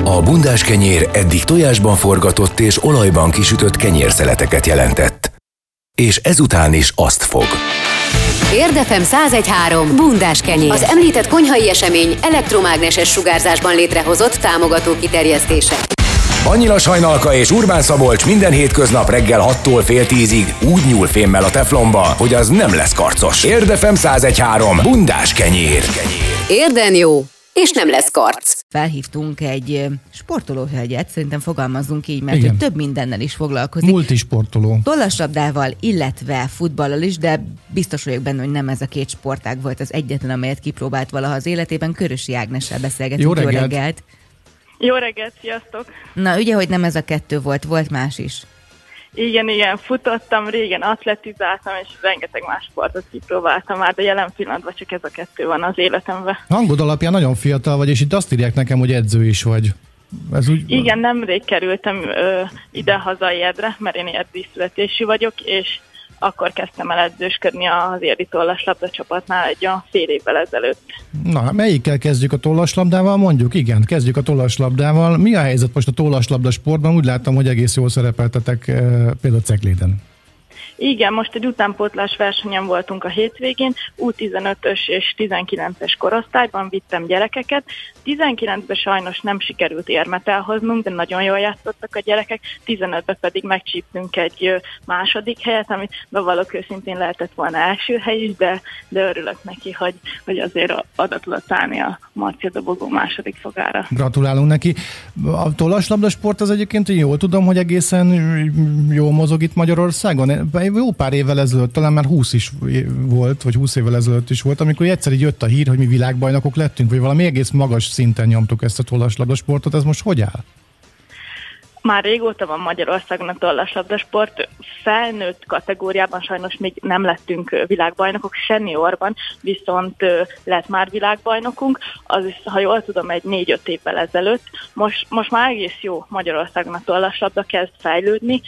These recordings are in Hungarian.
A bundás kenyér eddig tojásban forgatott és olajban kisütött kenyérszeleteket jelentett. És ezután is azt fog. Érdefem 101.3 bundás kenyér. Az említett konyhai esemény elektromágneses sugárzásban létrehozott támogató kiterjesztése. Annyila Sajnalka és Urbán Szabolcs minden hétköznap reggel 6-tól fél 10-ig úgy nyúl fémmel a teflonba, hogy az nem lesz karcos. Érdefem 101.3 bundás kenyér. Érden jó, és nem lesz karc. Felhívtunk egy sportolóhölgyet, szerintem fogalmazzunk így, mert több mindennel is foglalkozik. Multisportoló. Tollaslabdával, illetve futballal is, de biztos vagyok benne, hogy nem ez a két sportág volt az egyetlen, amelyet kipróbált valaha az életében. Körösi Ágnessel beszélgetünk. Jó reggelt! Jó reggelt, sziasztok! Na, ugye, hogy nem ez a kettő volt más is. Igen, futottam, régen atletizáltam, és rengeteg más sportot kipróbáltam már, de jelen pillanatban csak ez a kettő van az életemben. Hangod alapján nagyon fiatal vagy, és itt azt írják nekem, hogy edző is vagy. Ez úgy... Igen, nemrég kerültem ide-haza Érdre, mert én érdi születésű vagyok, és akkor kezdtem el edzősködni az érdi tollaslabda csapatnál egy olyan fél évvel ezelőtt. Na, melyikkel kezdjük, a tollaslabdával mondjuk? Igen, kezdjük a tollaslabdával. Mi a helyzet most a tollaslabda sportban? Úgy láttam, hogy egész jól szerepeltetek például Cegléden. Igen, most egy utánpótlás versenyen voltunk a hétvégén, U15-ös és 19-es korosztályban vittem gyerekeket. 19-ben sajnos nem sikerült érmet elhoznunk, de nagyon jól játszottak a gyerekek, 15-ben pedig megcsíptünk egy második helyet, amit bevallok őszintén lehetett volna első hely is, de örülök neki, hogy azért oda tudott állni a Marcia dobogó második fogára. Gratulálunk neki. A tollaslabda sport az egyébként jól tudom, hogy egészen jól mozog itt Magyarországon. Jó pár évvel ezelőtt, talán már 20 is volt, vagy 20 évvel ezelőtt is volt, amikor egyszer így jött a hír, hogy mi világbajnokok lettünk, vagy valami egész magas szinten nyomtuk ezt a tollaslabdasportot, ez most hogy áll? Már régóta van Magyarországon a tollaslabdasport, felnőtt kategóriában sajnos még nem lettünk világbajnokok, seniorban, viszont lett már világbajnokunk, az is, ha jól tudom, egy 4-5 évvel ezelőtt. Most már egész jó Magyarországon a tollaslabda kezd fejlődni,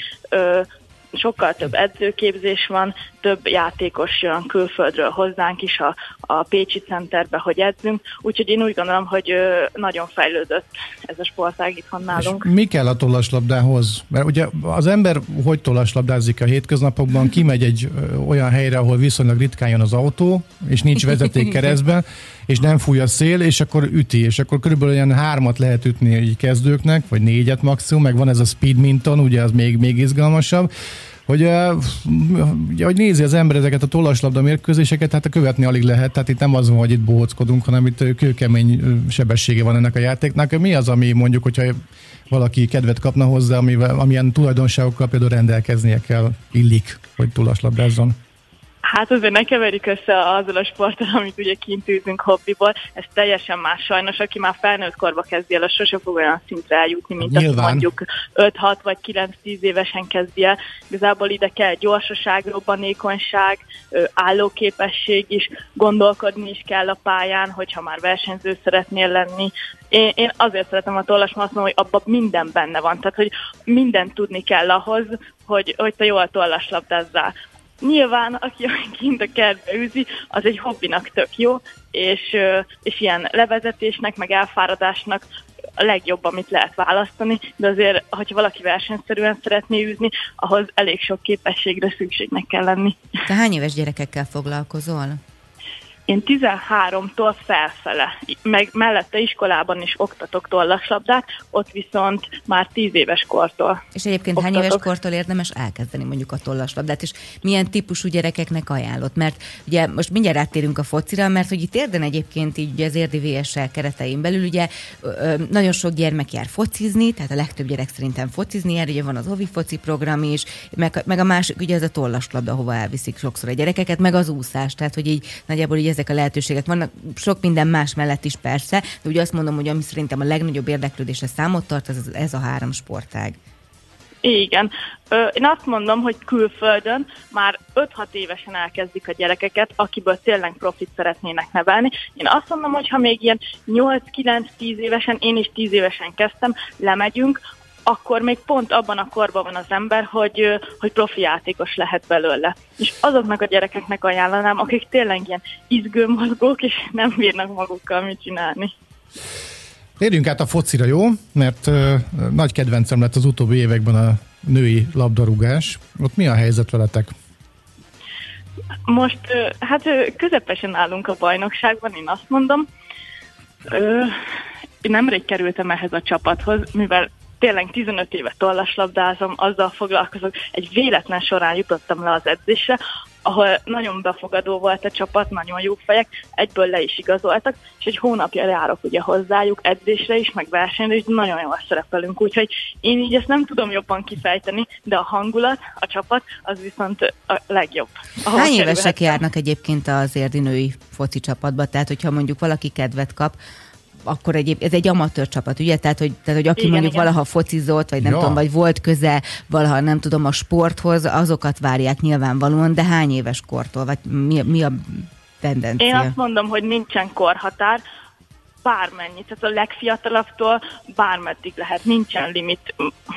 sokkal több edzőképzés van, több játékos jön külföldről hozzánk is a Pécsi Centerbe, hogy edzünk, úgyhogy én úgy gondolom, hogy nagyon fejlődött ez a sportág itthon nálunk. És mi kell a tollaslabdához? Mert ugye az ember hogy tollaslabdázik a hétköznapokban, kimegy egy olyan helyre, ahol viszonylag ritkán jön az autó, és nincs vezeték keresztben, és nem fúj a szél, és akkor üti, és akkor körülbelül olyan 3 lehet ütni egy kezdőknek, vagy 4 maximum, meg van ez a speedminton, ugye az még izgalmasabb, hogy nézi az ember ezeket a tollaslabda mérkőzéseket, hát követni alig lehet, tehát itt nem az van, hogy itt bohóckodunk, hanem itt kőkemény sebessége van ennek a játéknak. Mi az, ami mondjuk, hogyha valaki kedvet kapna hozzá, amilyen tulajdonságokkal például rendelkeznie kell, illik, hogy tollaslabdázzon? Hát azért ne keverjük össze azzal a sporttal, amit ugye kint űzünk hobbiból, ez teljesen más sajnos, aki már felnőtt korba kezdi el, az sose fog olyan szintre eljutni, mint azt mondjuk 5-6 vagy 9-10 évesen kezdi el. Igazából ide kell gyorsaság, robbanékonyság, állóképesség is, gondolkodni is kell a pályán, hogyha már versenyző szeretnél lenni. Én azért szeretem a tollas, mert azt mondom, hogy abban minden benne van, tehát hogy mindent tudni kell ahhoz, hogy te jól tollaslabdázzál. Nyilván, aki kint a kertbe űzi, az egy hobbinak tök jó, és ilyen levezetésnek, meg elfáradásnak a legjobb, amit lehet választani, de azért, hogyha valaki versenyszerűen szeretné űzni, ahhoz elég sok képességre szükségnek kell lenni. Te hány éves gyerekekkel foglalkozol? Én 13-tól felfele, meg mellette iskolában is oktatok tollaslabdát, ott viszont már 10 éves kortól. És egyébként oktatok. Hány éves kortól érdemes elkezdeni mondjuk a tollaslabdát, és milyen típusú gyerekeknek ajánlott? Mert ugye most mindjárt áttérünk a focira, mert hogy itt Érden egyébként így az érdi VSL keretein belül ugye nagyon sok gyermek jár focizni, tehát a legtöbb gyerek szerintem focizni jár, ugye van az ovi foci program is, meg a másik ugye ez a tollaslabda, hova elviszik sokszor a gyerekeket, meg az úszás, tehát hogy így nagyjából így ezek a lehetőségek vannak, sok minden más mellett is persze, de ugye azt mondom, hogy ami szerintem a legnagyobb érdeklődésre számot tart, ez a 3 sportág. Igen. Én azt mondom, hogy külföldön már 5-6 évesen elkezdik a gyerekeket, akiből tényleg profit szeretnének nevelni. Én azt mondom, hogy ha még ilyen 8-9-10 évesen, én is 10 évesen kezdtem, lemegyünk, akkor még pont abban a korban van az ember, hogy profi játékos lehet belőle. És azoknak a gyerekeknek ajánlanám, akik tényleg ilyen izgőmozgók, és nem bírnak magukkal mit csinálni. Térjünk át a focira, jó? Mert nagy kedvencem lett az utóbbi években a női labdarúgás. Ott mi a helyzet veletek? Most közepesen állunk a bajnokságban, én azt mondom. Én nemrég kerültem ehhez a csapathoz, mivel tényleg 15 éve tollaslabdázom, azzal foglalkozok. Egy véletlen során jutottam le az edzésre, ahol nagyon befogadó volt a csapat, nagyon jó fejek, egyből le is igazoltak, és egy hónapja járok ugye hozzájuk edzésre is, meg versenyre is, nagyon jól szerepelünk, úgyhogy én így ezt nem tudom jobban kifejteni, de a hangulat, a csapat, az viszont a legjobb. Hány évesek járnak egyébként az érdi női foci csapatba? Tehát, hogyha mondjuk valaki kedvet kap, akkor ez egy amatőr csapat, ugye? Tehát, hogy aki igen, mondjuk valaha focizott, vagy nem tudom, vagy volt köze valaha, nem tudom, a sporthoz, azokat várják nyilvánvalóan, de hány éves kortól? Vagy mi a tendencia? Én azt mondom, hogy nincsen korhatár, bármennyi, tehát a legfiatalabbtól bármeddig lehet, nincsen limit.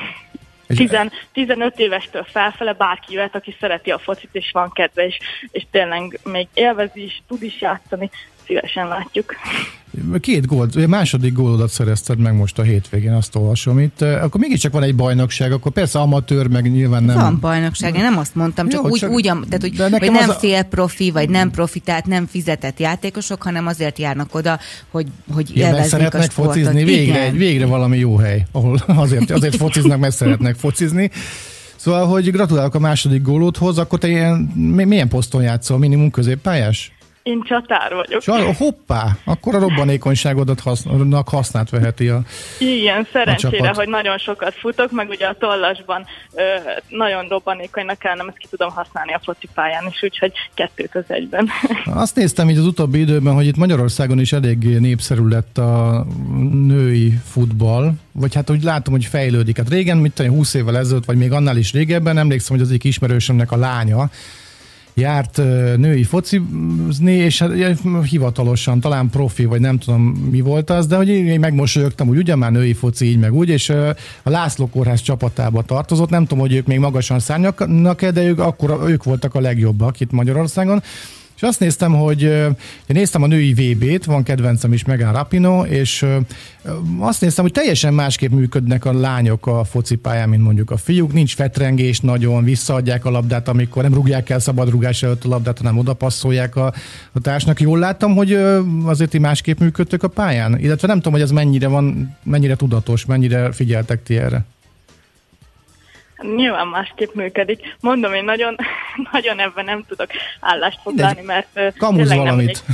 15 évestől felfele bárki jöhet, aki szereti a focit, és van kedve, és tényleg még élvezi is, tud is játszani, szívesen látjuk. 2 gólt, második gólodat szerezted meg most a hétvégén, azt olvasom itt. Akkor mégiscsak van egy bajnokság, akkor persze amatőr, meg nyilván nem... Van bajnokság, én nem azt mondtam, csak úgy tehát, hogy nem fél profi, vagy nem profi, tehát nem fizetett játékosok, hanem azért járnak oda, hogy élvezzék a sportot. Focizni, végre valami jó hely, ahol azért fociznak, mert szeretnek focizni. Szóval, hogy gratulálok a második gólódhoz, akkor te milyen poszton játszol, minimum középpályás? Én csatár vagyok. Hoppá! Akkor a robbanékonyságodat hasznát veheti a igen, szerencsére, hogy nagyon sokat futok, meg ugye a tollasban nagyon robbanékonynak kell, nem ezt ki tudom használni a focipályán is, úgyhogy 2 az 1-ben. Azt néztem így az utóbbi időben, hogy itt Magyarországon is elég népszerű lett a női futball, vagy hát úgy látom, hogy fejlődik. Hát régen, 20 évvel ezelőtt, vagy még annál is régebben, emlékszem, hogy az egyik ismerősömnek a lánya járt női focizni, és hivatalosan, talán profi, vagy nem tudom mi volt az, de hogy én megmosolyogtam, hogy ugye már női foci így meg úgy, és a László Kórház csapatába tartozott, nem tudom, hogy ők még magasan szárnyaknak-e, de ők voltak a legjobbak itt Magyarországon. És azt néztem, hogy én néztem a női VB-t, van kedvencem is, Megan Rapinoe, és azt néztem, hogy teljesen másképp működnek a lányok a focipályán, mint mondjuk a fiúk. Nincs fetrengés nagyon, visszaadják a labdát, amikor nem rúgják el szabadrúgás előtt a labdát, hanem oda passzolják a társnak. Jól láttam, hogy azért ti másképp működtök a pályán? Illetve nem tudom, hogy ez mennyire tudatos, mennyire figyeltek ti erre? Nyilván másképp működik. Mondom, én nagyon, nagyon ebben nem tudok állást foglalni, mert... Kamuz valamit.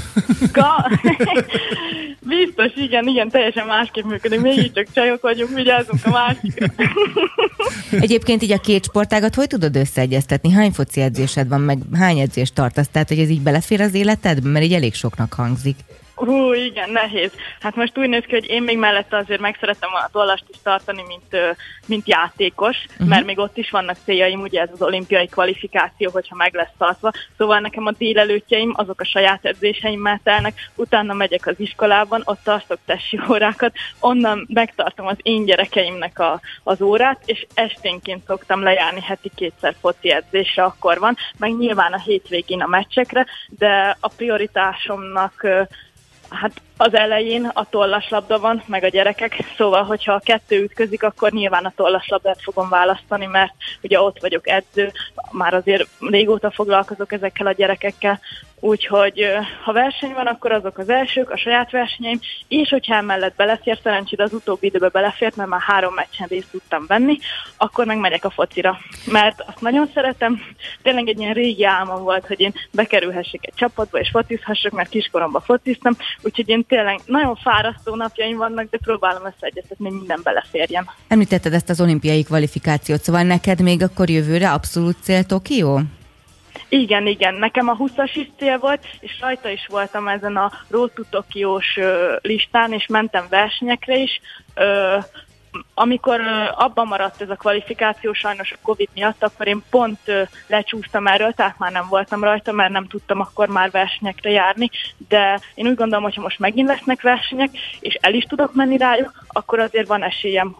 Biztos, igen, teljesen másképp működik. Mégiscsak csajok vagyunk, vigyázzunk a másikra. Egyébként így a 2 sportágat hogy tudod összeegyeztetni? Hány foci edzésed van, meg hány edzést tartasz? Tehát, hogy ez így belefér az életedbe? Mert így elég soknak hangzik. Igen, nehéz. Hát most úgy néz ki, hogy én még mellette azért meg szeretem a tollast is tartani, mint játékos, mert még ott is vannak céljaim, ugye ez az olimpiai kvalifikáció, hogyha meg lesz tartva. Szóval nekem a délelőttjeim, azok a saját edzéseimmel telnek, utána megyek az iskolában, ott tartok testi órákat, onnan megtartom az én gyerekeimnek az órát, és esténként szoktam lejárni heti 2-szer foci edzésre, akkor van, meg nyilván a hétvégén a meccsekre, de a prioritásomnak hát az elején a tollaslabda van, meg a gyerekek, szóval, hogyha a 2 ütközik, akkor nyilván a tollaslabdát fogom választani, mert ugye ott vagyok edző, már azért régóta foglalkozok ezekkel a gyerekekkel, úgyhogy ha verseny van, akkor azok az elsők, a saját versenyeim, és hogyha emellett belefér, szerencsére az utóbbi időben belefért, mert már 3 meccsen részt tudtam venni, akkor meg megyek a focira, mert azt nagyon szeretem, tényleg egy ilyen régi álmom volt, hogy én bekerülhessek egy csapatba, és focizhassak, mert kiskoromban fociztam, úgyhogy én tényleg nagyon fárasztó napjaim vannak, de próbálom összeegyeztetni, hogy minden beleférjen. Említetted ezt az olimpiai kvalifikációt, szóval neked még akkor jövőre abszolút cél Tokió? Igen, nekem a 20-as is cél volt, és rajta is voltam ezen a Road to Tokiós listán, és mentem versenyekre is. Amikor abban maradt ez a kvalifikáció sajnos a Covid miatt, akkor én pont lecsúsztam erről, tehát már nem voltam rajta, mert nem tudtam akkor már versenyekre járni, de én úgy gondolom, hogy ha most megint lesznek versenyek, és el is tudok menni rájuk, akkor azért van esélyem,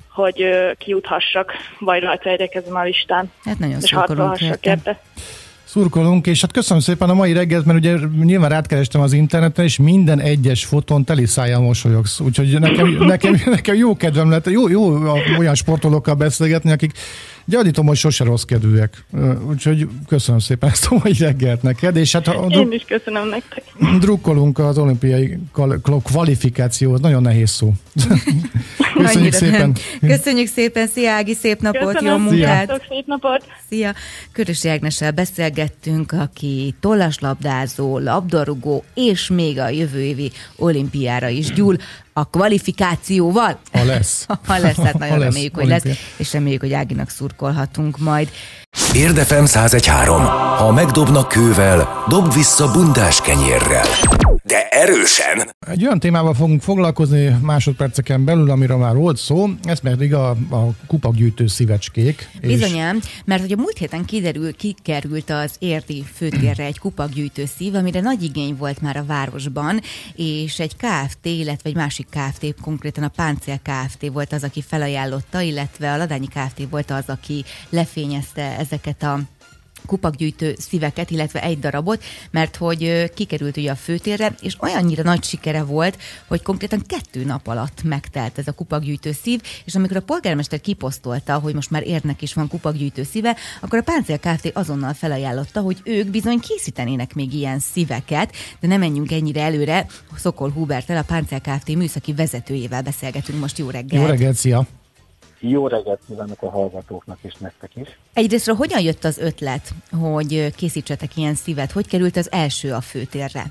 hogy kijuthassak, vagy rajta egyek ezen a listán. Hát nagyon szurkolunk érte. Szurkolunk, és hát köszönöm szépen a mai reggelt, mert ugye nyilván rátkerestem az interneten, és minden egyes fotón teli szájjal mosolyogsz. Úgyhogy nekem jó kedvem lett, jó olyan sportolókkal beszélgetni, akik gyanítom, hogy sose rossz kedvűek. Úgyhogy köszönöm szépen ezt a mai reggelt neked. És hát én is köszönöm nektek. Drukkolunk az olimpiai kvalifikációhoz. Nagyon nehéz szó. Köszönjük szépen. Köszönjük szépen, szia Ági, szép napot, jó munkát. Szia. Szép napot. Szia. Körösi Ágnessel beszélgettünk, aki tollaslabdázó, labdarúgó, és még a jövő évi olimpiára is gyúl. A kvalifikációval? Ha lesz. Ha lesz, hát nagyon reméljük, hogy lesz, és reméljük, hogy Áginak szurkolhatunk majd. Érdefem 101.3. Ha megdobnak kővel, dob vissza bundás kenyérrel. De erősen! Egy olyan témával fogunk foglalkozni másodperceken belül, amiről már volt szó, ez pedig a kupakgyűjtő szívecskék. Bizonyám, mert ugye múlt héten kikerült az érdi főtérre egy kupakgyűjtő szív, amire nagy igény volt már a városban, és egy Kft., illetve egy másik Kft., konkrétan a Páncél Kft. Volt az, aki felajánlotta, illetve a Ladányi Kft. Volt az, aki lefényezte ezeket a kupakgyűjtő szíveket, illetve egy darabot, mert hogy kikerült ugye a főtérre, és olyannyira nagy sikere volt, hogy konkrétan 2 nap alatt megtelt ez a kupakgyűjtő szív, és amikor a polgármester kiposztolta, hogy most már Érdnek is van kupakgyűjtő szíve, akkor a Páncél Kft. Azonnal felajánlotta, hogy ők bizony készítenének még ilyen szíveket, de nem menjünk ennyire előre. Szokol Huberttel, a Páncél Kft. Műszaki vezetőjével beszélgetünk most. Jó reggelt! Jó reggelt, szia! Jó reggelt kívánok a hallgatóknak és nektek is. Egyrésztről hogyan jött az ötlet, hogy készítsetek ilyen szívet? Hogy került az első a főtérre?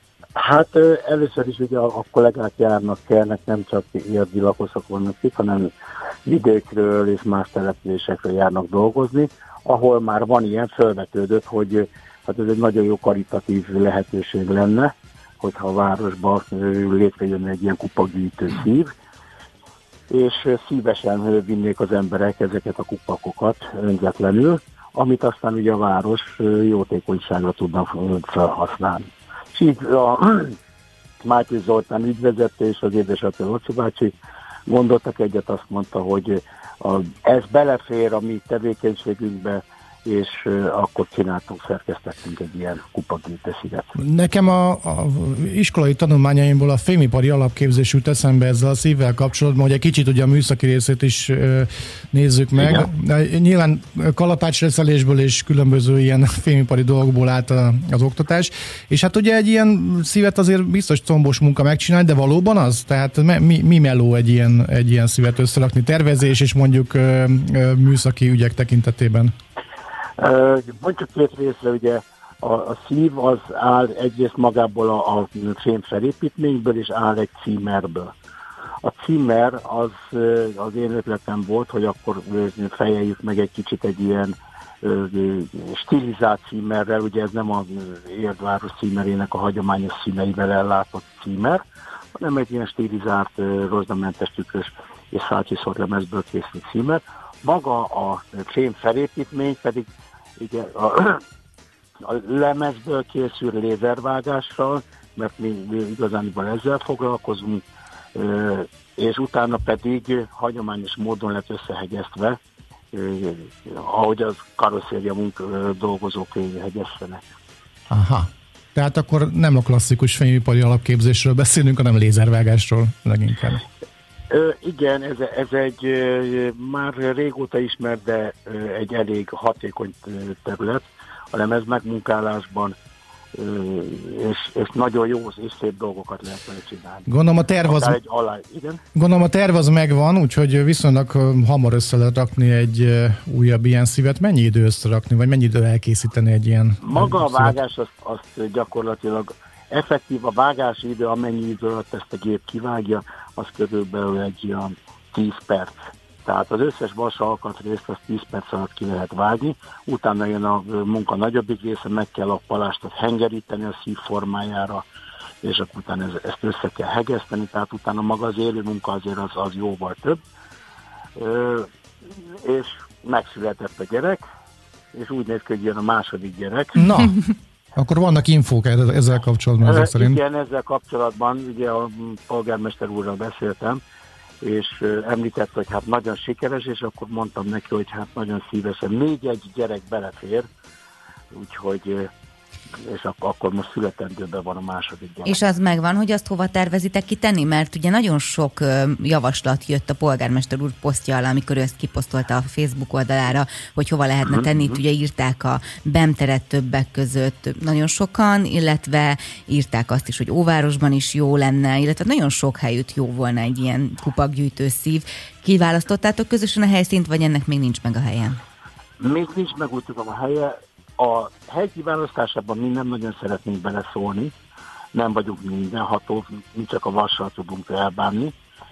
Hát először is ugye a kollégák járnak, kellnek, nem csak érdi lakosok vannak itt, hanem vidékről és más településekről járnak dolgozni, ahol már van ilyen, felvetődött, hogy hát ez egy nagyon jó karitatív lehetőség lenne, hogyha a városban létrejönne egy ilyen kupakgyűjtő szív, és szívesen vinnék az emberek ezeket a kupakokat önzetlenül, amit aztán ugye a város jótékonyságra tudna felhasználni. És így a Mátyus Zoltán ügyvezető és az édesapja Laci bácsi gondoltak egyet, azt mondta, hogy ez belefér a mi tevékenységünkbe, és akkor szerkesztettünk egy ilyen kupakgyűjtő szívet. Nekem a iskolai tanulmányaimból a fémipari alapképzés jut eszembe ezzel a szívvel kapcsolatban, hogy egy kicsit ugye a műszaki részét is nézzük meg. Igen. Nyilván kalapácsreszelésből és különböző ilyen fémipari dolgokból állt az oktatás, és hát ugye egy ilyen szívet azért biztos combos munka megcsinálni, de valóban az? Tehát mi meló egy ilyen szívet összerakni? Tervezés és mondjuk műszaki ügyek tekintetében? Mondjuk 2 részre, ugye a szív az áll egyrészt magából a fém felépítményből, és áll egy címerből. A címer az én ötletem volt, hogy akkor fejeljük meg egy kicsit egy ilyen stilizált címerrel, ugye ez nem az Érdváros címerének a hagyományos színeivel ellátott címer, hanem egy ilyen stilizált, rozsdamentes tükrös és szálcsiszort lemezből készült címer. Maga a fém felépítmény pedig ugye a lemezből készül lézervágással, mert mi igazániból ezzel foglalkozunk, és utána pedig hagyományos módon lett összehegyeztve, ahogy az karosszéria dolgozók hegyeztenek. Aha. Tehát akkor nem a klasszikus fémipari alapképzésről beszélünk, hanem lézervágásról leginkább. Igen, ez egy már régóta ismert, de egy elég hatékony terület a lemez megmunkálásban, és nagyon jó és szép dolgokat lehet vele csinálni. Gondolom a terv az megvan, úgyhogy viszonylag hamar össze lehet rakni egy újabb ilyen szívet. Mennyi idő összerakni, vagy mennyi idő elkészíteni egy ilyen maga a szívet? vágás azt gyakorlatilag effektív a vágási idő, amennyi idő alatt ezt a gép kivágja, az körülbelül egy olyan 10 perc. Tehát az összes vas alkatrészt azt 10 perc alatt ki lehet vágni, utána jön a munka nagyobbik része, meg kell a palástot hengeríteni a szív formájára, és akkor utána ezt össze kell hegeszteni, tehát utána maga az élő munka azért az jóval több. És megszületett a gyerek, és úgy néz ki, hogy jön a második gyerek. Na! Akkor vannak infók ezzel kapcsolatban ezek szerint? Igen, ezzel kapcsolatban ugye a polgármester úrral beszéltem, és említett, hogy hát nagyon sikeres, és akkor mondtam neki, hogy hát nagyon szívesen még egy gyerek belefér, úgyhogy és akkor most születendőben van a második gyerek. És az megvan, hogy azt hova tervezitek kitenni? Mert ugye nagyon sok javaslat jött a polgármester úr posztja alá, amikor ő ezt kiposztolta a Facebook oldalára, hogy hova lehetne tenni. Itt ugye írták a BEM teret többek között nagyon sokan, illetve írták azt is, hogy Óvárosban is jó lenne, illetve nagyon sok helyütt jó volna egy ilyen kupakgyűjtő szív. Kiválasztottátok közösen a helyszínt, vagy ennek még nincs meg a helye? Még nincs meg, úgy tudom, a helye. A hely kiválasztásában mi nem nagyon szeretnénk beleszólni, nem vagyunk mindenható, mi csak a vassal tudunk elbánni.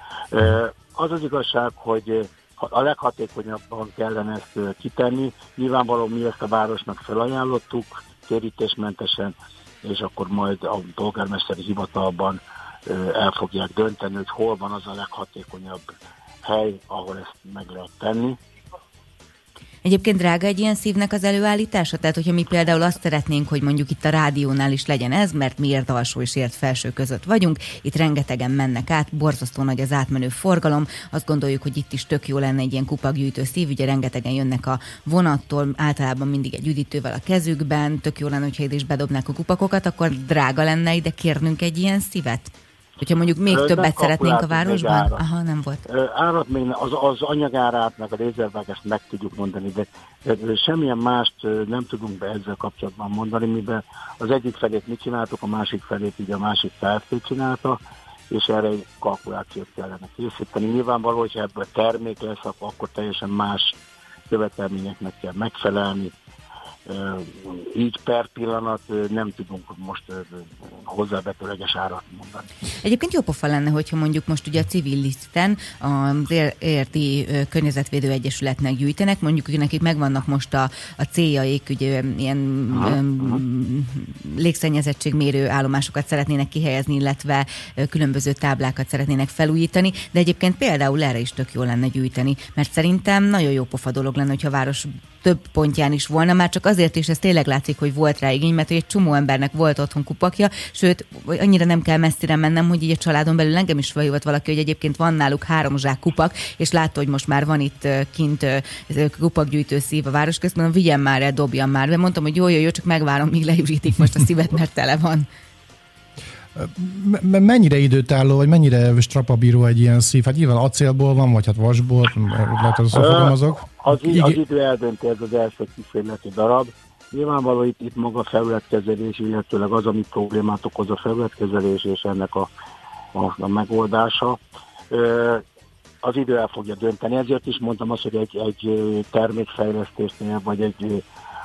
Az az igazság, hogy a leghatékonyabban kellene ezt kitenni. Nyilvánvalóan mi ezt a városnak felajánlottuk, térítésmentesen, és akkor majd a polgármesteri hivatalban el fogják dönteni, hogy hol van az a leghatékonyabb hely, ahol ezt meg lehet tenni. Egyébként drága egy ilyen szívnek az előállítása? Tehát, hogyha mi például azt szeretnénk, hogy mondjuk itt a rádiónál is legyen ez, mert mi ért alsó és ért felső között vagyunk, itt rengetegen mennek át, borzasztó nagy az átmenő forgalom, azt gondoljuk, hogy itt is tök jó lenne egy ilyen kupakgyűjtő szív, ugye rengetegen jönnek a vonattól, általában mindig egy üdítővel a kezükben, tök jó lenne, hogyha ide is bedobnák a kupakokat, akkor drága lenne ide kérnünk egy ilyen szívet? Hogyha mondjuk még többet szeretnénk a városban? Aha, nem volt. Árat még az anyagárát, meg a lézervágást meg tudjuk mondani, de semmilyen mást nem tudunk be ezzel kapcsolatban mondani, mivel az egyik felét mi csináltuk, a másik felét ugye a másik felfél csinálta, és erre egy kalkulációt kellene készíteni. Nyilvánvaló, hogyha ebből termék lesz, akkor teljesen más követelményeknek kell megfelelni. Így per pillanat nem tudunk most hozzávetőleges árat mondani. Egyébként jó pofa lenne, hogyha mondjuk most ugye a civil listen az Érdi Környezetvédő Egyesületnek gyűjtenek, mondjuk nekik megvannak most a céljaik, ugye ilyen légszennyezettségmérő állomásokat szeretnének kihelyezni, illetve különböző táblákat szeretnének felújítani, de egyébként például erre is tök jó lenne gyűjteni, mert szerintem nagyon jó pofa dolog lenne, hogyha a város több pontján is volna, már csak azért is ez tényleg látszik, hogy volt rá igény, mert egy csomó embernek volt otthon kupakja, sőt, annyira nem kell messzire mennem, hogy így a családon belül engem is felhívott valaki, hogy egyébként van náluk 3 zsák kupak, és látta, hogy most már van itt kint kupakgyűjtő szív a városközben, vigyem már el, dobjam már. De mondtam, hogy jó, csak megvárom, míg leürítik most a szívet, mert tele van. Mennyire időtálló, vagy mennyire strapabíró egy ilyen szív? Hát nyilván acélból van, vagy hát vasból, lehet, hogy fogalmazok. Az idő eldönti, ez az első kísérleti darab. Nyilvánvaló itt maga a felületkezelés, illetőleg az, ami problémát okoz a felületkezelés, és ennek a megoldása. Az idő el fogja dönteni. Ezért is mondtam azt, hogy egy termékfejlesztésnél, vagy egy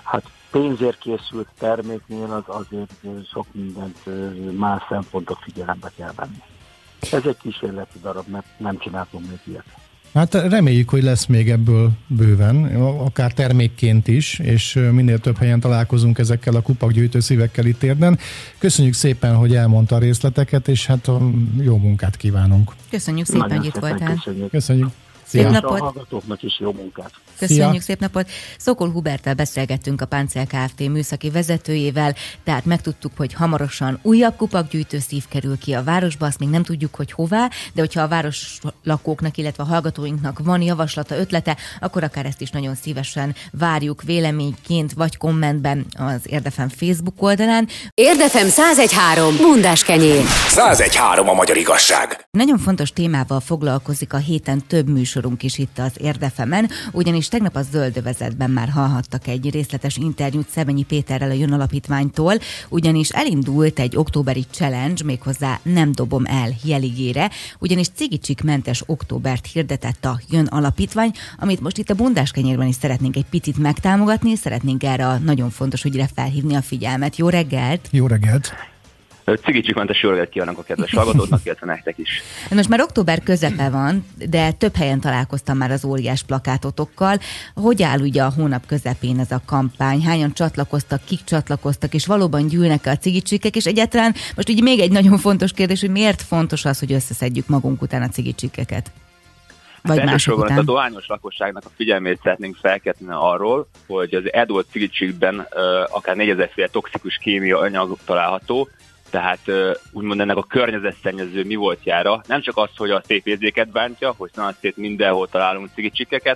pénzért készült terméknél azért sok mindent más szempontok figyelembe kell venni. Ez egy kísérleti darab, mert nem csináltunk még ilyet. Hát reméljük, hogy lesz még ebből bőven, akár termékként is, és minél több helyen találkozunk ezekkel a kupakgyűjtő szívekkel itt Érden. Köszönjük szépen, hogy elmondta a részleteket, és hát jó munkát kívánunk. Köszönjük szépen, hogy itt voltál. Köszönjük. Szép napot! A hallgatóknak is jó munkát! Köszönjük, szép napot! Szokol Huberttel beszélgettünk, a Páncél Kft. Műszaki vezetőjével, tehát megtudtuk, hogy hamarosan újabb kupakgyűjtő szív kerül ki a városba, azt még nem tudjuk, hogy hová, de hogyha a város lakóknak, illetve a hallgatóinknak van javaslata, ötlete, akkor akár ezt is nagyon szívesen várjuk véleményként vagy kommentben az Érdefem Facebook oldalán. Érdefem 101.3 Bundás kenyér. 101.3 a magyar igazság. Nagyon fontos témával foglalkozik a héten több műsorunk is itt az Érdefemen, ugyanis tegnap a Zöldövezetben már hallhattak egy részletes interjút Szebenyi Péterrel a Jön Alapítványtól, ugyanis elindult egy októberi challenge, méghozzá Nem dobom el jeligére, ugyanis cigicsikmentes októbert hirdetett a Jön Alapítvány, amit most itt a Bundás kenyérben is szeretnénk egy picit megtámogatni, szeretnénk erre a nagyon fontos ügyre felhívni a figyelmet. Jó reggelt! Jó reggelt! Cigicsikmentes jó reggelt kívánok a kedves hallgatóknak, illetve nektek is. Most már október közepe van, de több helyen találkoztam már az óriás plakátotokkal. Hogy áll ugye a hónap közepén ez a kampány? Hányan csatlakoztak, kik csatlakoztak, és valóban gyűlnek a cigicsikek? És egyáltalán most ugye még egy nagyon fontos kérdés, hogy miért fontos az, hogy összeszedjük magunk után a cigicsikeket? Vagy mások után? A dohányos lakosságnak a figyelmét szeretnénk felkelteni arról, hogy az eldólt cigicsikben akár 4000 féle toxikus kémia anyag található, tehát úgymond ennek a környezetszennyező mi voltjára nem csak az, hogy a szép érzéket bántja, hogy szét mindenhol találunk cigicsikeket,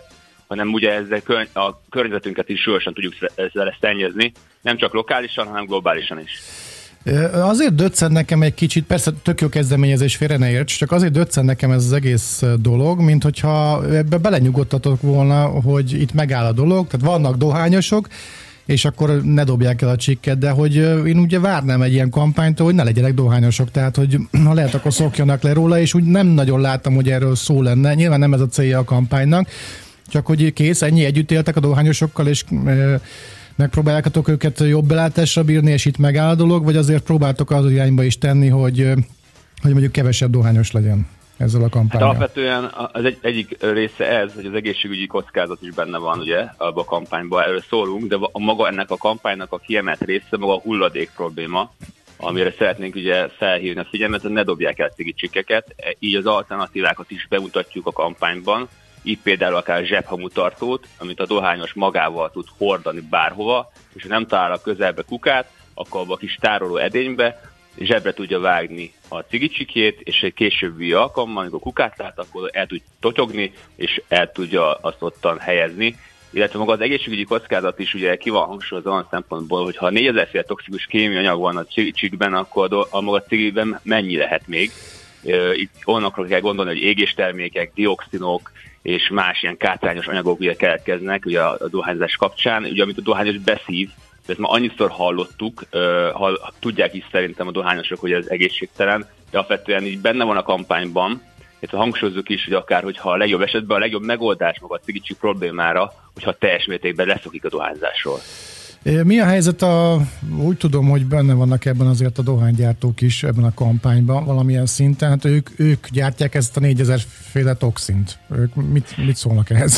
hanem ugye ezzel a környezetünket is súlyosan tudjuk szennyezni, nem csak lokálisan, hanem globálisan is. Azért döccen nekem egy kicsit, persze tök jó kezdeményezés, félre ne érts, csak azért döccen nekem ez az egész dolog, mint hogyha ebbe belenyugodtatok volna, hogy itt megáll a dolog, tehát vannak dohányosok, és akkor ne dobják el a csikket, de hogy én ugye várnám egy ilyen kampánytól, hogy ne legyenek dohányosok, tehát hogy ha lehet, akkor szokjanak le róla, és úgy nem nagyon láttam, hogy erről szó lenne. Nyilván nem ez a célja a kampánynak, csak hogy kész, ennyi együtt éltek a dohányosokkal, és megpróbáljátok őket jobb belátásra bírni, és itt megáll a dolog, vagy azért próbáltok az irányba is tenni, hogy mondjuk kevesebb dohányos legyen ezzel a kampánnyal? Hát alapvetően az egyik része ez, hogy az egészségügyi kockázat is benne van ugye abban a kampányban, erről szólunk, de a maga ennek a kampánynak a kiemelt része maga a hulladék probléma, amire szeretnénk ugye felhívni a figyelmet, hogy ne dobják el cigicsikeket, így az alternatívákat is bemutatjuk a kampányban, így például akár zsebhamutartót, amit a dohányos magával tud hordani bárhova, és ha nem talál a közelbe kukát, akkor abba a kis tároló edénybe zsebre tudja vágni a cigicsikét, és egy későbbi alkalommal, amikor kukát lát, akkor el tud totyogni, és el tudja azt ottan helyezni. Illetve maga az egészségügyi kockázat is ugye ki van hangsúlyozva olyan szempontból, hogy ha 4000 féle toxikus kémiai anyag van a cigicsikben, akkor a maga cigiben mennyi lehet még. Itt onnakra kell gondolni, hogy égéstermékek, dioxinok és más ilyen kátrányos anyagok ugye keletkeznek ugye a dohányzás kapcsán, ugye amit a dohányos beszív, de ezt már annyiszor hallottuk, tudják is szerintem a dohányosok, hogy ez egészségtelen, de alapvetően így benne van a kampányban, és hangsúlyozzuk is, hogy akár, hogyha a legjobb esetben a legjobb megoldás maga a cigicsik problémára, hogyha teljes mértékben leszokik a dohányzásról. Mi a helyzet úgy tudom, hogy benne vannak ebben azért a dohánygyártók is ebben a kampányban valamilyen szinten, hát ők gyártják ezt a 4000 féle toxint. Ők mit szólnak ehhez?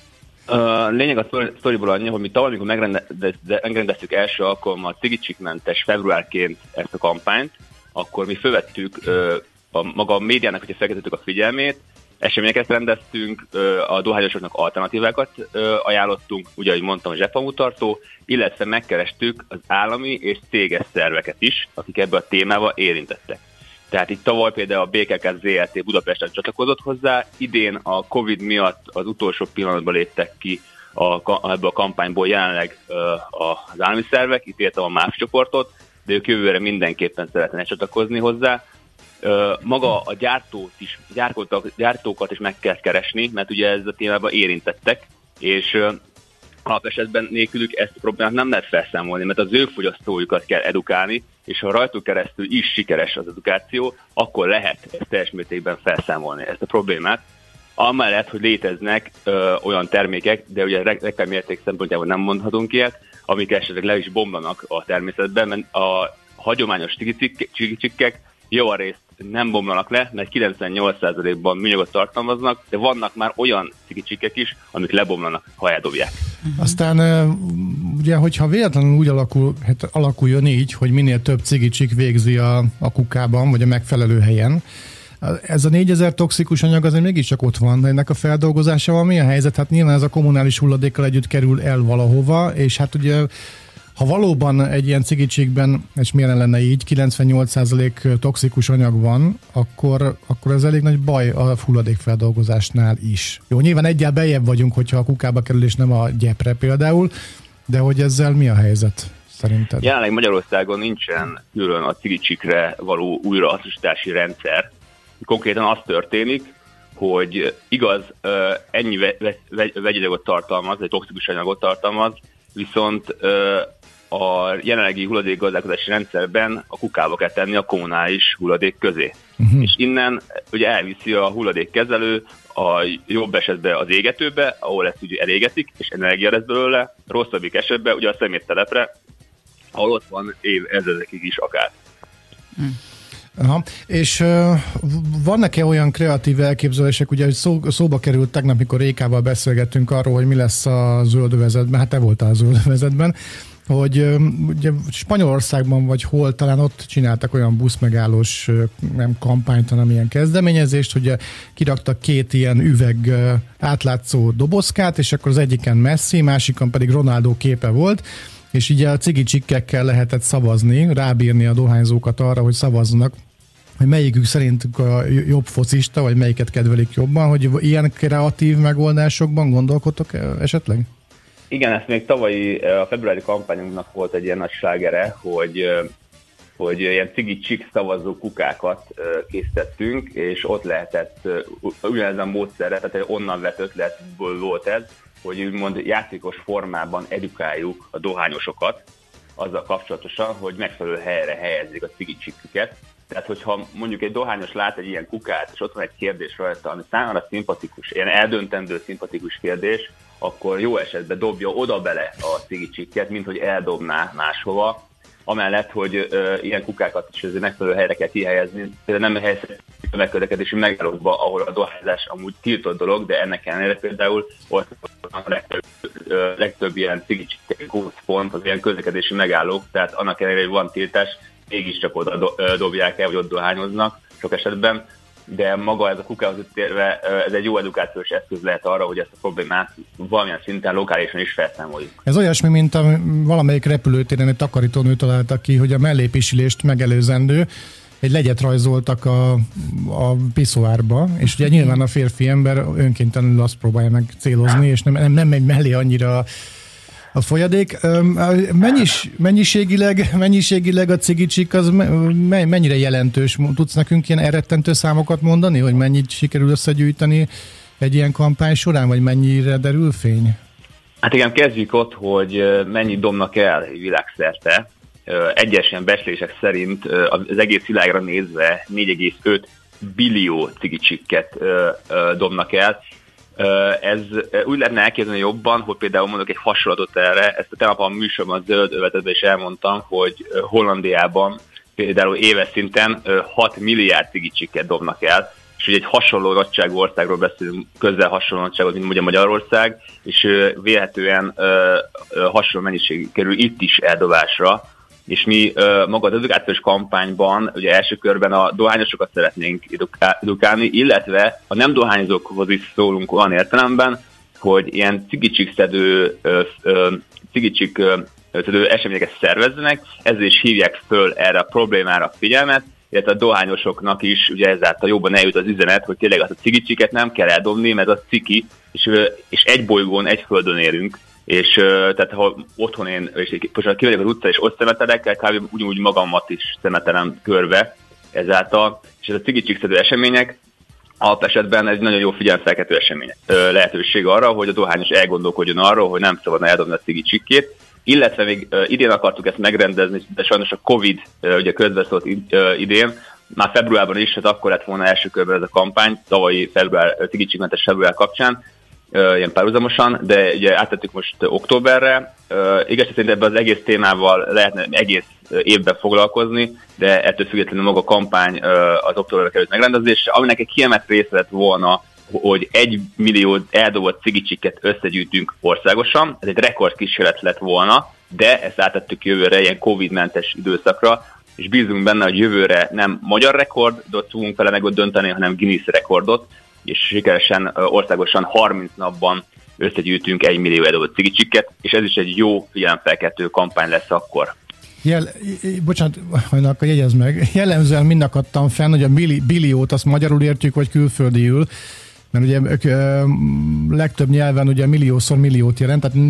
Lényeg a sztoriból annyi, hogy mi tavaly, amikor megrendeztük első alkalommal cigicsikmentes februárként ezt a kampányt, akkor mi fölvettük maga a médiának, hogyha felkeltettük a figyelmét, eseményeket rendeztünk, a dohányosoknak alternatívákat ajánlottunk, ugye, ahogy mondtam, a zsebhamutartó, illetve megkerestük az állami és céges szerveket is, akik ebben a témával érintettek. Tehát itt tavaly például a BKK ZRT Budapesten csatlakozott hozzá, idén a Covid miatt az utolsó pillanatban léptek ki ebből a kampányból jelenleg az állami szervek, itt értem a MÁV csoportot, de ők jövőre mindenképpen szeretnének csatlakozni hozzá. Maga a gyártókat is meg kell keresni, mert ugye ez a témában érintettek, és alapesetben nélkülük ezt a problémát nem lehet felszámolni, mert az ő fogyasztójukat kell edukálni, és ha rajtuk keresztül is sikeres az edukáció, akkor lehet ezt teljes mértékben felszámolni, ezt a problémát. Amellett, hogy léteznek olyan termékek, de ugye reklámérték szempontjából nem mondhatunk ilyet, amik esetleg le is bomlanak a természetben, mert a hagyományos cigicsikkek javarészt nem bomlanak le, mert 98%-ban műanyagot tartalmaznak, de vannak már olyan cigicsikkek is, amik lebomlanak, ha eldobják. Aztán ugye, hogyha véletlenül úgy alakuljon így, hogy minél több cigicsik végzi a kukában, vagy a megfelelő helyen, ez a 4000 toxikus anyag azért mégiscsak ott van, de ennek a feldolgozásával mi a helyzet? Hát nyilván ez a kommunális hulladékkal együtt kerül el valahova, és hát ugye ha valóban egy ilyen cigicsikben, és milyen lenne így, 98% toxikus anyag van, akkor ez elég nagy baj a hulladékfeldolgozásnál is. Jó, nyilván egyel bejebb vagyunk, hogyha a kukába kerül, és nem a gyepre például, de hogy ezzel mi a helyzet szerinted? Jelenleg Magyarországon nincsen külön a cigicsikre való újrahasznosítási rendszer. Konkrétan az történik, hogy igaz, ennyi vegyanyagot tartalmaz, vagy toxikus anyagot tartalmaz, viszont a jelenlegi hulladékgazdálkodási rendszerben a kukába kell tenni a kommunális hulladék közé. És innen ugye elviszi a hulladékkezelő a jobb esetben az égetőbe, ahol ezt ugye elégetik, és energia lesz belőle, rosszabbik esetben ugye a szeméttelepre, ahol ott van ezredekig is akár. Aha. És vannak-e olyan kreatív elképzelések, ugye szóba került tegnap, mikor Rékával beszélgettünk arról, hogy mi lesz a zöldövezetben, hát te voltál a zöldövezetben, hogy ugye Spanyolországban vagy hol, talán ott csináltak olyan buszmegállós nem kampányt, hanem ilyen kezdeményezést, hogy kiraktak 2 ilyen üveg átlátszó dobozkát, és akkor az egyiken Messi, másikon pedig Ronaldo képe volt, és így a cigicsikkekkel lehetett szavazni, rábírni a dohányzókat arra, hogy szavazzanak hogy melyikük szerint a jobb focista, vagy melyiket kedvelik jobban, hogy ilyen kreatív megoldásokban gondolkodtok esetleg? Igen, ezt még tavalyi, a februári kampányunknak volt egy ilyen nagy slágere, hogy ilyen cigi-csik szavazó kukákat készítettünk, és ott lehetett ugyanezen módszerre, tehát onnan vett ötletből volt ez, hogy úgymond játékos formában edukáljuk a dohányosokat azzal kapcsolatosan, hogy megfelelő helyre helyezzék a cigi-csikküket. Tehát, hogyha mondjuk egy dohányos lát egy ilyen kukát, és ott van egy kérdés rajta, ami számára szimpatikus, ilyen eldöntendő szimpatikus kérdés, akkor jó esetben dobja oda bele a cigi-csikket, mint hogy eldobná máshova. Amellett, hogy ilyen kukákat is azért megfelelő helyre kell kihelyezni, például nem helyezhetjük a megkövekedési megállókba, ahol a dohányzás amúgy tiltott dolog, de ennek ellenére például ott a legtöbb ilyen cigi-csikkek gócpont az ilyen közlekedési megállók, tehát annak ellenére, hogy van tiltás, mégiscsak oda dobják el, vagy ott dohányoznak sok esetben, de maga ez a kukához térve, ez egy jó edukációs eszköz lehet arra, hogy ezt a problémát valamilyen szinten lokálisan is felszámoljuk. Ez olyasmi, mint valamelyik repülőtéren egy takarítónő találta ki, hogy a mellépisilést megelőzendő egy legyet rajzoltak a piszoárba, és ugye nyilván a férfi ember önkéntelenül azt próbálja meg célozni, és nem megy mellé annyira a folyadék. Mennyiségileg a cigicsik az mennyire jelentős? Tudsz nekünk ilyen elrettentő számokat mondani, hogy mennyit sikerül összegyűjteni egy ilyen kampány során, vagy mennyire derül fény? Hát igen, kezdjük ott, hogy mennyit dobnak el világszerte. Egyes ilyen becslések szerint az egész világra nézve 4,5 billió cigicsikket dobnak el. Ez úgy lehetne elképzelni jobban, hogy például mondok egy hasonlatot erre, ezt a tegnap a műsorban a Zöld Övezetben is elmondtam, hogy Hollandiában például éves szinten 6 milliárd cigicsikket dobnak el, és ugye egy hasonló nagyságú országról beszélünk, közel hasonló nagyságot, mint ugye Magyarország, és vélhetően hasonló mennyiség kerül itt is eldobásra, és mi maga az edukációs kampányban ugye első körben a dohányosokat szeretnénk edukálni, illetve a nem dohányozókhoz is szólunk olyan értelemben, hogy ilyen cigicsik-szedő eseményeket szervezzenek, ezzel is hívják föl erre a problémára a figyelmet, illetve a dohányosoknak is ugye ezáltal jobban eljut az üzenet, hogy tényleg azt a cigicsiket nem kell eldobni, mert az ciki, és egy bolygón, egy földön élünk, és tehát ha otthon én kimegyek az utca és ott szemetelek, kb. Úgy magamat is szemetelem körbe ezáltal, és ez a cigicsik-szedő események alapesetben egy nagyon jó figyelemfelkeltő esemény lehetőség arra, hogy a dohányos elgondolkodjon arról, hogy nem szabadna eldobni a cigicsikkét, illetve még idén akartuk ezt megrendezni, de sajnos a Covid ugye közbeszólt idén, már februárban is, hát akkor lett volna első körben ez a kampány, tavalyi cigicsikmentes február kapcsán, ilyen párhuzamosan, de ugye áttettük most októberre. Igaz, szerint ebben az egész témával lehetne egész évben foglalkozni, de ettől függetlenül maga a kampány az októberre került megrendezésre, aminek egy kiemelt része lett volna, hogy 1 millió eldobott cigicsikket összegyűjtünk országosan. Ez egy rekordkísérlet lett volna, de ezt áttettük jövőre ilyen Covid-mentes időszakra, és bízunk benne, hogy jövőre nem magyar rekordot fogunk vele meg dönteni, hanem Guinness rekordot, és sikeresen országosan 30 napban összegyűjtünk 1 millió eldobott cigicsikket, és ez is egy jó figyelemfelkeltő kampány lesz akkor. Bocsánat, akkor jegyezd meg. Jellemzően mind akadtam fenn, hogy a billiót azt magyarul értjük, vagy külföldiül, mert ugye legtöbb nyelven ugye milliószor milliót jelent, tehát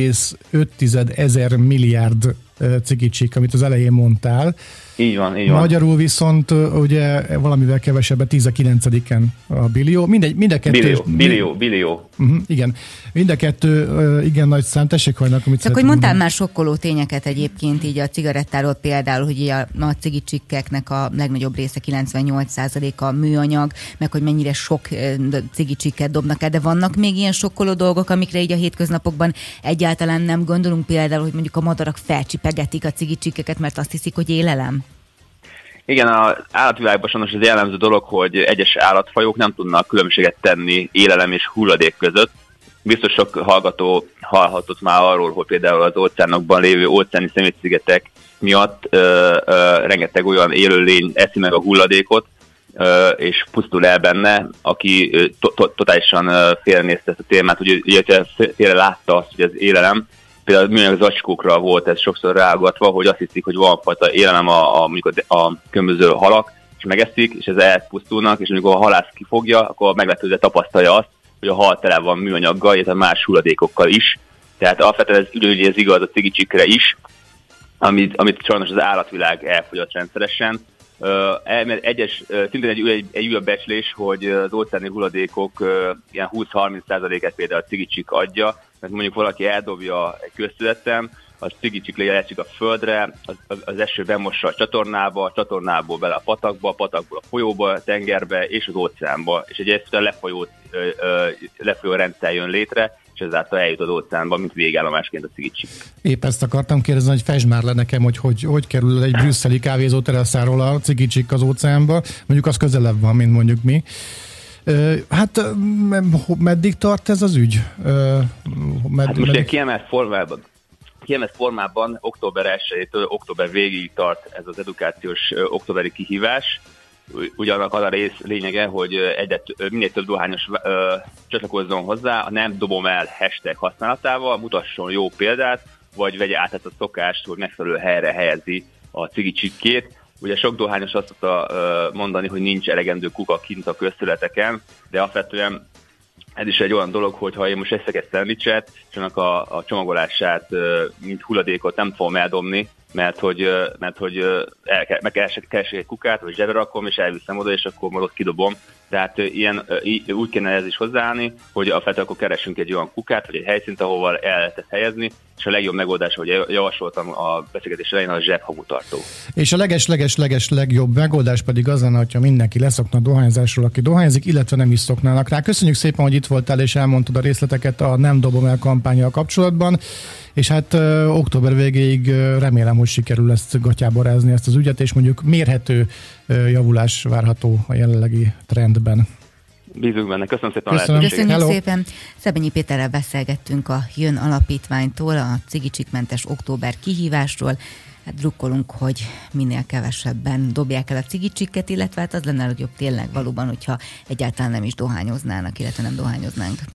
4,5 ezer milliárd cigicsik, amit az elején mondtál. Így van. Magyarul viszont ugye valamivel kevesebbet 10-9-en a billió. Mind a kettő... Billió. Igen. Mind a kettő igen nagy szám. Tessék, Hajnak, amit csak hogy mondtál már sokkoló tényeket egyébként így a cigarettáról például, hogy a nagy cigicsikkeknek a legnagyobb része 98%-a műanyag, meg hogy mennyire sok cigicsikket dobnak el, de vannak még ilyen sokkoló dolgok, amikre így a hétköznapokban egyáltalán nem gondolunk, például, hogy mondjuk a madarak felcsipegetik a cigicsikkeket, mert azt hiszik, hogy élelem. Igen, az állatvilágban sajnos az jellemző dolog, hogy egyes állatfajok nem tudnak különbséget tenni élelem és hulladék között. Biztos sok hallgató hallhatott már arról, hogy például az óceánokban lévő óceáni szemétszigetek miatt rengeteg olyan élőlény eszi meg a hulladékot, és pusztul el benne, aki totálisan félrenézte ezt a témát, ugye félre látta azt, hogy az élelem, például műanyag zacskókra volt ez sokszor ráagatva, hogy azt hiszik, hogy van fajta élelem mondjuk a különböző halak, és megeszik, és ez elpusztulnak, és amikor a halász kifogja, akkor meglepődve tapasztalja azt, hogy a hal tele van műanyaggal, illetve más hulladékokkal is. Tehát alapvetően ez igaz a cigicsikre is, amit sajnos az állatvilág elfogyott rendszeresen. Szintén egy újabb becslés, hogy az óceáni hulladékok ilyen 20-30%-et például a cigicsik adja, mert mondjuk valaki eldobja egy közterületen, az cigicsik leesik a földre, az eső bemossa a csatornából bele a patakból a folyóba, a tengerbe és az óceánba, és egy egyszerűen lefolyó rendszer jön létre, és ezáltal eljut az óceánba, mint végállomásként a cigicsik. Épp ezt akartam kérdezni, hogy fesd már le nekem, hogy kerül egy brüsszeli kávézó teraszáról a cigicsik az óceánba. Mondjuk az közelebb van, mint mondjuk mi. Hát meddig tart ez az ügy? Most egy kiemelt formában október 1-től október végéig tart ez az edukációs októberi kihívás. Ugyanak az a lényege, hogy minél több dohányos csatlakozzon hozzá a nem dobom el hashtag használatával, mutasson jó példát, vagy vegye át ezt a szokást, hogy megfelelő helyre helyezi a cigicsikkét. Ugye sok dohányos azt szokta mondani, hogy nincs elegendő kuka kint a közterületeken, de alapvetően ez is egy olyan dolog, hogy ha én most eszek egy szendvicset, és annak a csomagolását, mint hulladékot nem fogom eldobni, mert hogy meg keresek egy kukát, vagy zsebre rakom, és elviszem oda, és akkor majd ott kidobom. Tehát úgy kéne ez is hozzáállni, hogy alapvetően akkor keresünk egy olyan kukát, vagy egy helyszínt, ahol el lehet ezt helyezni, és a legjobb megoldás, hogy javasoltam a beszélgetés elején, a zsebhamutartó. És a leges legjobb megoldás pedig az lenne, hogyha mindenki leszokna a dohányzásról, aki dohányzik, illetve nem is szoknának rá. Köszönjük szépen, hogy itt voltál, és elmondtad a részleteket a Nem dobom el kampánnyal kapcsolatban, és hát október végéig remélem, hogy sikerül ezt gatyába rázni ezt az ügyet, és mondjuk mérhető javulás várható a jelenlegi trendben. Bízunk benne. Köszönöm szépen. Köszönjük szépen. Szebenyi Péterrel beszélgettünk a Jön alapítványtól, a cigicsikmentes október kihívásról. Hát drukkolunk, hogy minél kevesebben dobják el a cigicsikket, illetve hát az lenne a legjobb tényleg valóban, hogyha egyáltalán nem is dohányoznának, illetve nem dohányoznánk.